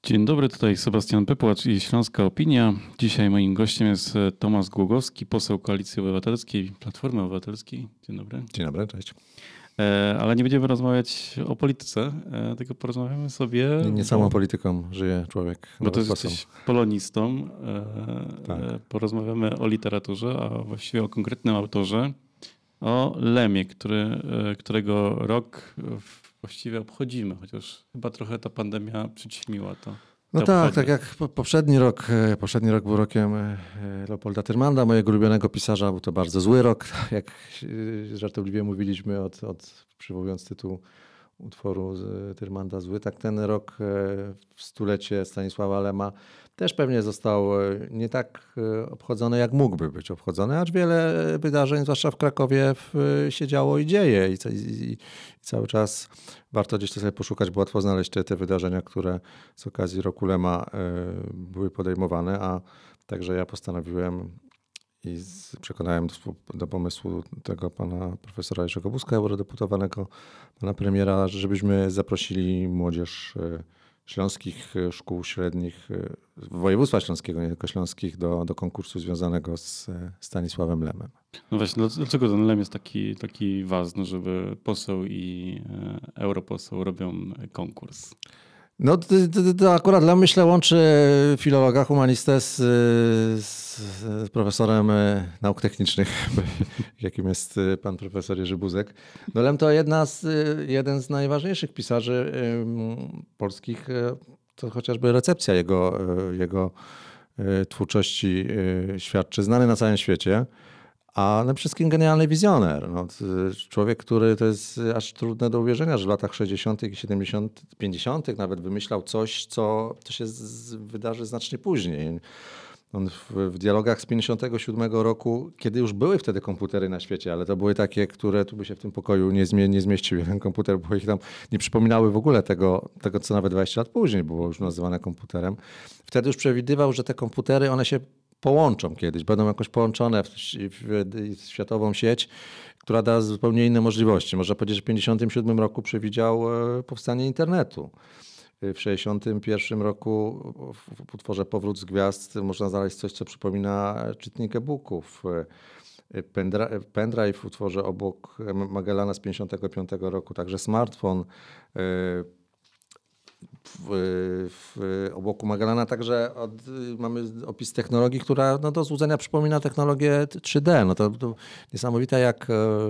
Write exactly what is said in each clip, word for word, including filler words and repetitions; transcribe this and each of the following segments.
Dzień dobry, tutaj Sebastian Pypłacz i Śląska Opinia. Dzisiaj moim gościem jest Tomasz Głogowski, poseł Koalicji Obywatelskiej, Platformy Obywatelskiej. Dzień dobry. Dzień dobry, cześć. Ale nie będziemy rozmawiać o polityce, tylko porozmawiamy sobie... Nie, nie samą polityką żyje człowiek. Bo to jesteś polonistą. Tak. Porozmawiamy o literaturze, a właściwie o konkretnym autorze, o Lemie, który, którego rok właściwie obchodzimy, chociaż chyba trochę ta pandemia przyćmiła to. No tak, tak jak poprzedni rok. Poprzedni rok był rokiem Leopolda Tyrmanda, mojego ulubionego pisarza. Był to bardzo zły rok, jak żartobliwie mówiliśmy, od, od, przywołując tytuł utworu Tyrmanda Zły. Tak ten rok w stulecie Stanisława Lema też pewnie został nie tak obchodzony, jak mógłby być obchodzony, acz wiele wydarzeń, zwłaszcza w Krakowie, się działo i dzieje. I, i, i cały czas warto gdzieś to sobie poszukać, bo łatwo znaleźć te, te wydarzenia, które z okazji roku Lema były podejmowane, a także ja postanowiłem i przekonałem do, do pomysłu tego pana profesora Jerzego Buzka, eurodeputowanego, pana premiera, żebyśmy zaprosili młodzież śląskich szkół średnich, województwa śląskiego, nie tylko śląskich, do, do konkursu związanego z Stanisławem Lemem. No właśnie, dlaczego ten Lem jest taki, taki ważny, żeby poseł i europoseł robią konkurs? No to, to, to akurat Lem, myślę, łączy filologa, humanistę z, z profesorem nauk technicznych, jakim jest pan profesor Jerzy Buzek. No Lem to jedna z, jeden z najważniejszych pisarzy polskich, to chociażby recepcja jego, jego twórczości świadczy, znany na całym świecie. A przede wszystkim genialny wizjoner. No, człowiek, który to jest aż trudne do uwierzenia, że w latach sześćdziesiątych i siedemdziesiątych, pięćdziesiątych nawet wymyślał coś, co, co się z, wydarzy znacznie później. On w, w dialogach z pięćdziesiątego siódmego roku, kiedy już były wtedy komputery na świecie, ale to były takie, które tu by się w tym pokoju nie, zmie, nie zmieścił jeden komputer, bo ich tam nie przypominały w ogóle tego, tego, co nawet dwadzieścia lat później było już nazywane komputerem. Wtedy już przewidywał, że te komputery, one się połączą kiedyś, będą jakoś połączone w, w, w światową sieć, która da zupełnie inne możliwości. Można powiedzieć, że w pięćdziesiątym siódmym roku przewidział powstanie internetu. W sześćdziesiątym pierwszym roku w utworze Powrót z Gwiazd można znaleźć coś, co przypomina czytnik e-booków. Pendrive w utworze obok Magellana z pięćdziesiątego piątego roku, także smartfon. W, w obłoku Magellana także od, mamy opis technologii, która no, do złudzenia przypomina technologię trzy D. No to, to niesamowite, jak,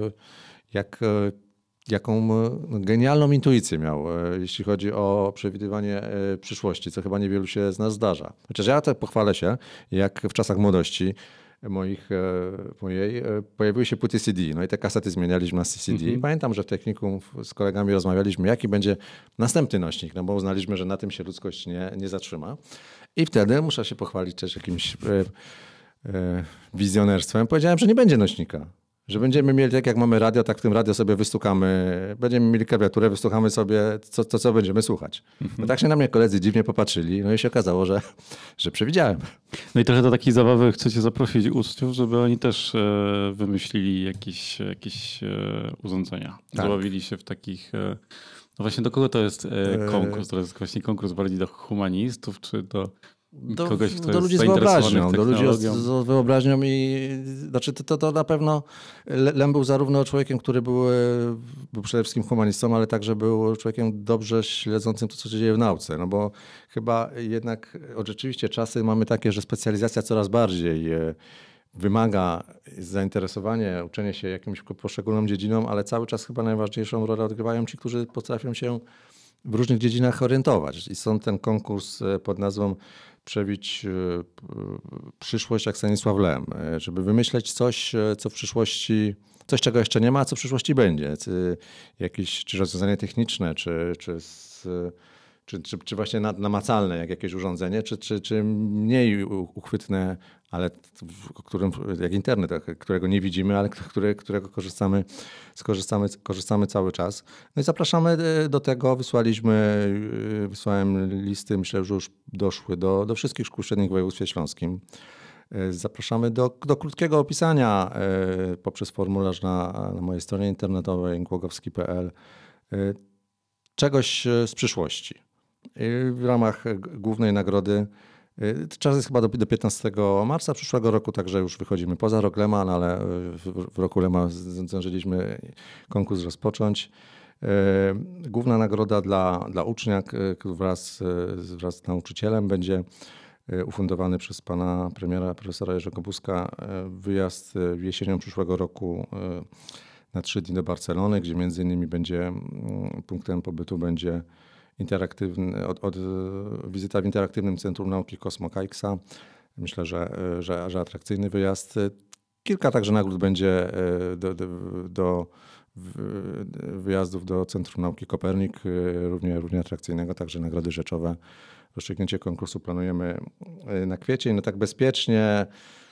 jak, jaką genialną intuicję miał, jeśli chodzi o przewidywanie przyszłości, co chyba niewielu się z nas zdarza. Chociaż ja tak pochwalę się, jak w czasach młodości moich, mojej pojawiły się płyty C D. No i te kasety zmienialiśmy na C D. Mm-hmm. Pamiętam, że w technikum z kolegami rozmawialiśmy, jaki będzie następny nośnik, no bo uznaliśmy, że na tym się ludzkość nie, nie zatrzyma. I wtedy, muszę się pochwalić też jakimś e, e, wizjonerstwem, powiedziałem, że nie będzie nośnika. Że będziemy mieli, tak jak mamy radio, tak w tym radio sobie wystukamy, będziemy mieli klawiaturę, wysłuchamy sobie, co, co, co będziemy słuchać. No tak się na mnie koledzy dziwnie popatrzyli, no i się okazało, że, że przewidziałem. No i trochę do takiej zabawy chcecie zaprosić uczniów, żeby oni też wymyślili jakieś, jakieś urządzenia. Tak. Zabawili się w takich... No właśnie do kogo to jest konkurs? To jest właśnie konkurs bardziej do humanistów, czy do... Do, kogoś, kto do ludzi z wyobraźnią, do ludzi z, z wyobraźnią i znaczy to, to, to na pewno Lem był zarówno człowiekiem, który był, był przede wszystkim humanistą, ale także był człowiekiem dobrze śledzącym to, co się dzieje w nauce, no bo chyba jednak o, rzeczywiście czasy mamy takie, że specjalizacja coraz bardziej wymaga zainteresowania, uczenia się jakimś poszczególną dziedziną, ale cały czas chyba najważniejszą rolę odgrywają ci, którzy potrafią się w różnych dziedzinach orientować. I stąd ten konkurs pod nazwą Przewić przyszłość jak Stanisław Lem, żeby wymyśleć coś, co w przyszłości, coś czego jeszcze nie ma, a co w przyszłości będzie. Jakieś czy rozwiązanie techniczne, czy, czy, czy, czy, czy właśnie namacalne, jak jakieś urządzenie, czy, czy, czy mniej uchwytne, ale którym, jak internet, którego nie widzimy, ale które, którego korzystamy, skorzystamy, korzystamy cały czas. No i zapraszamy do tego. Wysłaliśmy, wysłałem listy, myślę, że już doszły do, do wszystkich szkół średnich w województwie śląskim. Zapraszamy do, do krótkiego opisania poprzez formularz na, na mojej stronie internetowej głogowski kropka p l czegoś z przyszłości. w ramach głównej nagrody. Czas jest chyba do, do piętnastego marca przyszłego roku, także już wychodzimy poza rok Lema, no ale w, w roku Lema zdążyliśmy konkurs rozpocząć. Główna nagroda dla, dla ucznia wraz, wraz z nauczycielem będzie ufundowany przez pana premiera profesora Jerzego Buzka wyjazd jesienią przyszłego roku na trzy dni do Barcelony, gdzie między innymi będzie punktem pobytu będzie interaktywny, od, od, wizyta w interaktywnym Centrum Nauki Cosmo Caixa. Myślę, że, że, że atrakcyjny wyjazd. Kilka także nagród będzie do, do, do wyjazdów do Centrum Nauki Kopernik, równie, równie atrakcyjnego, także nagrody rzeczowe. Rozstrzygnięcie konkursu planujemy na kwiecień. No tak bezpiecznie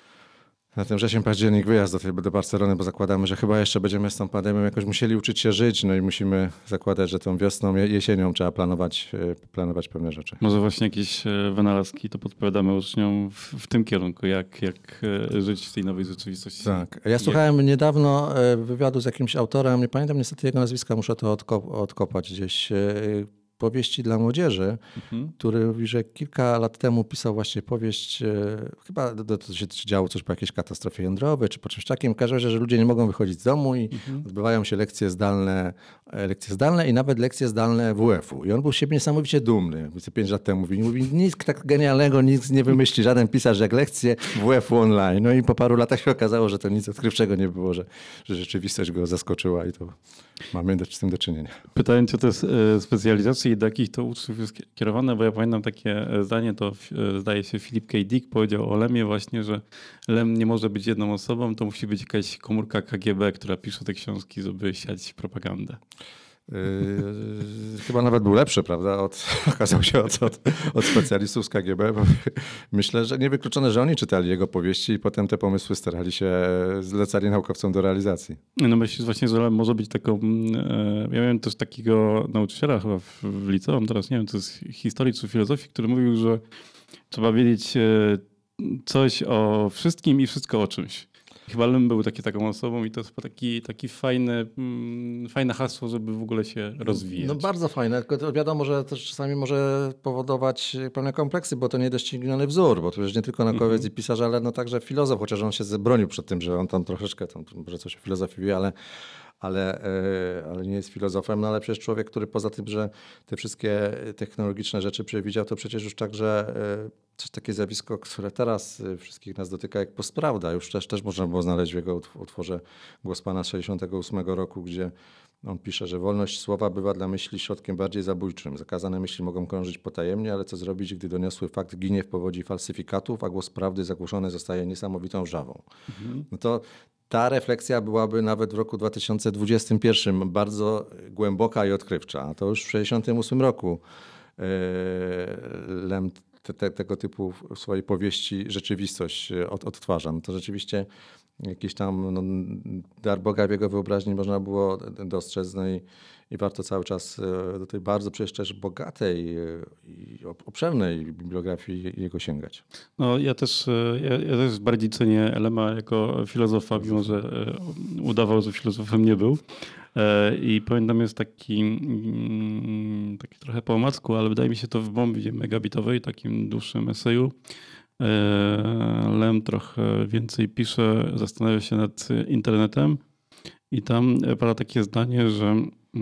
na ten wrzesień, październik wyjazd do, tej, do Barcelony, bo zakładamy, że chyba jeszcze będziemy z tą pandemią jakoś musieli uczyć się żyć, no i musimy zakładać, że tą wiosną, jesienią trzeba planować, planować pewne rzeczy. Może właśnie jakieś wynalazki to podpowiadamy uczniom w, w tym kierunku, jak, jak żyć w tej nowej rzeczywistości. Tak. Ja słuchałem jak... niedawno wywiadu z jakimś autorem, nie pamiętam niestety jego nazwiska, muszę to odkop- odkopać gdzieś, powieści dla młodzieży, mhm. który mówi, że kilka lat temu pisał właśnie powieść, e, chyba to, to się działo coś po jakiejś katastrofie jądrowej, czy po czymś takim. W każdym razie, że ludzie nie mogą wychodzić z domu i mhm. odbywają się lekcje zdalne, lekcje zdalne i nawet lekcje zdalne W U F-u. I on był z siebie niesamowicie dumny. Pięć lat temu mówi, mówi, nic tak genialnego, nic nie wymyśli żaden pisarz jak lekcje W U F-u online. No i po paru latach się okazało, że to nic odkrywczego nie było, że, że rzeczywistość go zaskoczyła i to mamy do, z tym do czynienia. Pytałem cię o te specjalizacje i do jakich to uczniów jest kierowane, bo ja pamiętam takie zdanie, to zdaje się Philip K. Dick powiedział o Lemie właśnie, że Lem nie może być jedną osobą, to musi być jakaś komórka K G B, która pisze te książki, żeby siać propagandę. Yy, chyba nawet był lepszy, prawda? Od, okazał się od, od, od specjalistów z K G B. Bo myślę, że niewykluczone, że oni czytali jego powieści i potem te pomysły starali się, zlecali naukowcom do realizacji. No myślisz właśnie, że może być taką... Ja miałem też takiego nauczyciela chyba w, w liceum, teraz nie wiem, to jest historii czy filozofii, który mówił, że trzeba wiedzieć coś o wszystkim i wszystko o czymś. Chyba Lem był taki, taką osobą i to jest taki, taki fajny, mm, fajne hasło, żeby w ogóle się rozwijać. No bardzo fajne, tylko to wiadomo, że też czasami może powodować pewne kompleksy, bo to niedościgniony wzór, bo to już nie tylko naukowiec mm-hmm. i pisarz, ale no także filozof, chociaż on się zebronił przed tym, że on tam troszeczkę, tam, może coś o filozofii wie, ale, ale, ale nie jest filozofem, no ale przecież człowiek, który poza tym, że te wszystkie technologiczne rzeczy przewidział, to przecież już także coś takie zjawisko, które teraz wszystkich nas dotyka, jak postprawda. Już też, też można było znaleźć w jego utworze Głos Pana z sześćdziesiątego ósmego roku, gdzie on pisze, że wolność słowa bywa dla myśli środkiem bardziej zabójczym. Zakazane myśli mogą krążyć potajemnie, ale co zrobić, gdy doniosły fakt ginie w powodzi falsyfikatów, a głos prawdy zagłuszony zostaje niesamowitą wrzawą. Mhm. No to ta refleksja byłaby nawet w roku dwa tysiące dwudziestym pierwszym bardzo głęboka i odkrywcza. A to już w sześćdziesiątym ósmym roku yy, Lem te, te, tego typu w swojej powieści rzeczywistość od, odtwarza. No to rzeczywiście jakiś tam no, dar Boga w jego wyobraźni można było dostrzec. No i, i warto cały czas do tej bardzo przecież też bogatej i obszernej bibliografii jego sięgać. No ja też, ja, ja też bardziej cenię Lema jako filozofa, mimo że udawał, że filozofem nie był. I pamiętam, jest taki, taki trochę po omacku, ale wydaje mi się to w bombie megabitowej, takim dłuższym eseju. Lem trochę więcej pisze, zastanawia się nad internetem i tam pada takie zdanie, że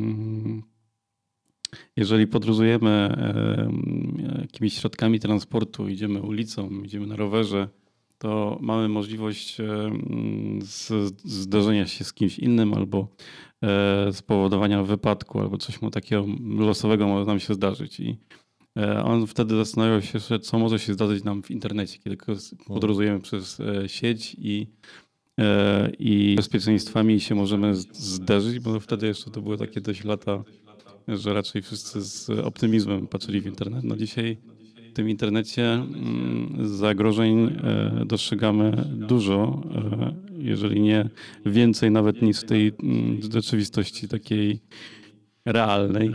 jeżeli podróżujemy jakimiś środkami transportu, idziemy ulicą, idziemy na rowerze, to mamy możliwość zdarzenia się z kimś innym albo spowodowania wypadku, albo coś mu takiego losowego może nam się zdarzyć. I on wtedy zastanawiał się, co może się zdarzyć nam w internecie, kiedy podróżujemy przez sieć i, i bezpieczeństwami się możemy zderzyć, bo wtedy jeszcze to były takie dość lata, że raczej wszyscy z optymizmem patrzyli w internet. No dzisiaj w tym internecie zagrożeń dostrzegamy dużo, jeżeli nie więcej nawet niż w tej rzeczywistości takiej realnej.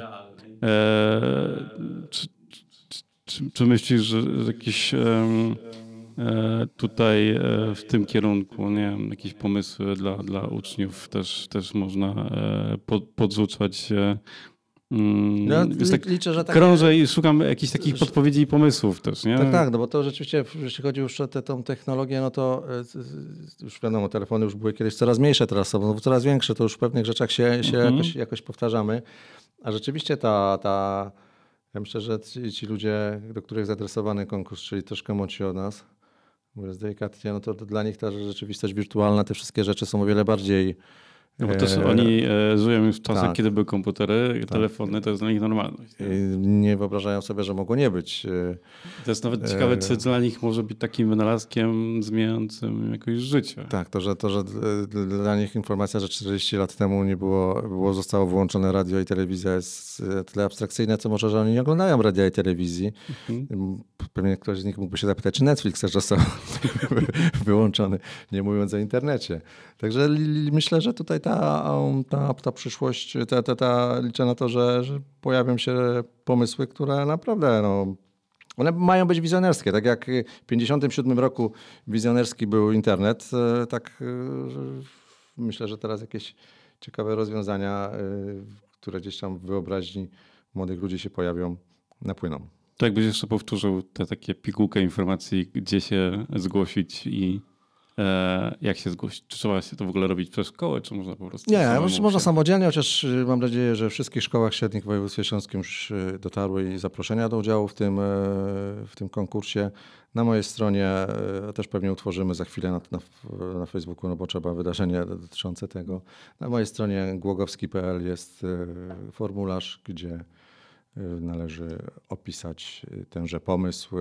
Czy, czy, czy myślisz, że jakieś tutaj w tym kierunku, nie wiem, jakieś pomysły dla, dla uczniów też, też można podrzucać Mm, Ja więc tak liczę, że takie... krążę i szukam jakichś takich podpowiedzi i pomysłów też, nie? Tak, tak, no bo to rzeczywiście, jeśli chodzi już o tę tą technologię, no to już wiadomo, telefony już były kiedyś coraz mniejsze, teraz są coraz większe, to już w pewnych rzeczach się, się mhm. jakoś, jakoś powtarzamy. A rzeczywiście ta, ta, ja myślę, że ci, ci ludzie, do których zaadresowany konkurs, czyli troszkę młodsi od nas, mówiąc delikatnie, no to, to dla nich ta rzeczywistość wirtualna, te wszystkie rzeczy są o wiele bardziej... No bo też oni e, żyją już w czasach, tak. kiedy były komputery, tak. telefony, to jest dla nich normalność. Nie? nie wyobrażają sobie, że mogło nie być. To jest nawet ciekawe, co dla nich może być takim wynalazkiem zmieniającym jakoś życie. Tak, to, że, to, że dla nich informacja, że czterdzieści lat temu nie było, było, zostało wyłączone radio i telewizja jest tyle abstrakcyjne, co może, że oni nie oglądają radia i telewizji. Mhm. Pewnie ktoś z nich mógłby się zapytać, czy Netflix też został wyłączony, nie mówiąc o internecie. Także myślę, że tutaj ta, ta, ta przyszłość, ta, ta, ta, liczę na to, że, że pojawią się pomysły, które naprawdę, no, one mają być wizjonerskie. Tak jak w pięćdziesiątym siódmym roku wizjonerski był internet, tak myślę, że teraz jakieś ciekawe rozwiązania, które gdzieś tam w wyobraźni młodych ludzi się pojawią, napłyną. To jakbyś jeszcze powtórzył te takie pigułkę informacji, gdzie się zgłosić i e, jak się zgłosić? Czy trzeba się to w ogóle robić przez szkołę, czy można po prostu... Nie, można samodzielnie, chociaż mam nadzieję, że w wszystkich szkołach średnich w województwie śląskim już dotarły i zaproszenia do udziału w tym, w tym konkursie. Na mojej stronie też pewnie utworzymy za chwilę na, na, na Facebooku, no bo trzeba wydarzenie dotyczące tego. Na mojej stronie głogowski kropka p l jest formularz, gdzie należy opisać tenże pomysł,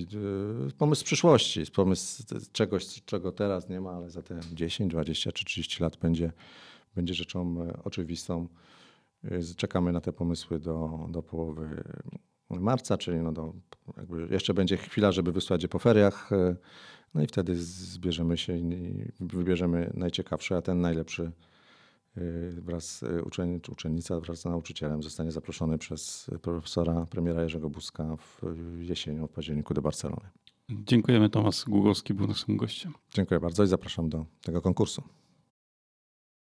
pomysł przyszłości, pomysł czegoś, czego teraz nie ma, ale za te dziesięć, dwadzieścia czy trzydzieści lat będzie, będzie rzeczą oczywistą. Czekamy na te pomysły do, do połowy marca, czyli no do, jakby jeszcze będzie chwila, żeby wysłać je po feriach. No i wtedy zbierzemy się i wybierzemy najciekawszy, a ten najlepszy wraz uczeń, czy uczennica wraz z nauczycielem zostanie zaproszony przez profesora premiera Jerzego Buzka w jesienią, w październiku do Barcelony. Dziękujemy. Tomasz Głogowski był naszym gościem. Dziękuję bardzo i zapraszam do tego konkursu.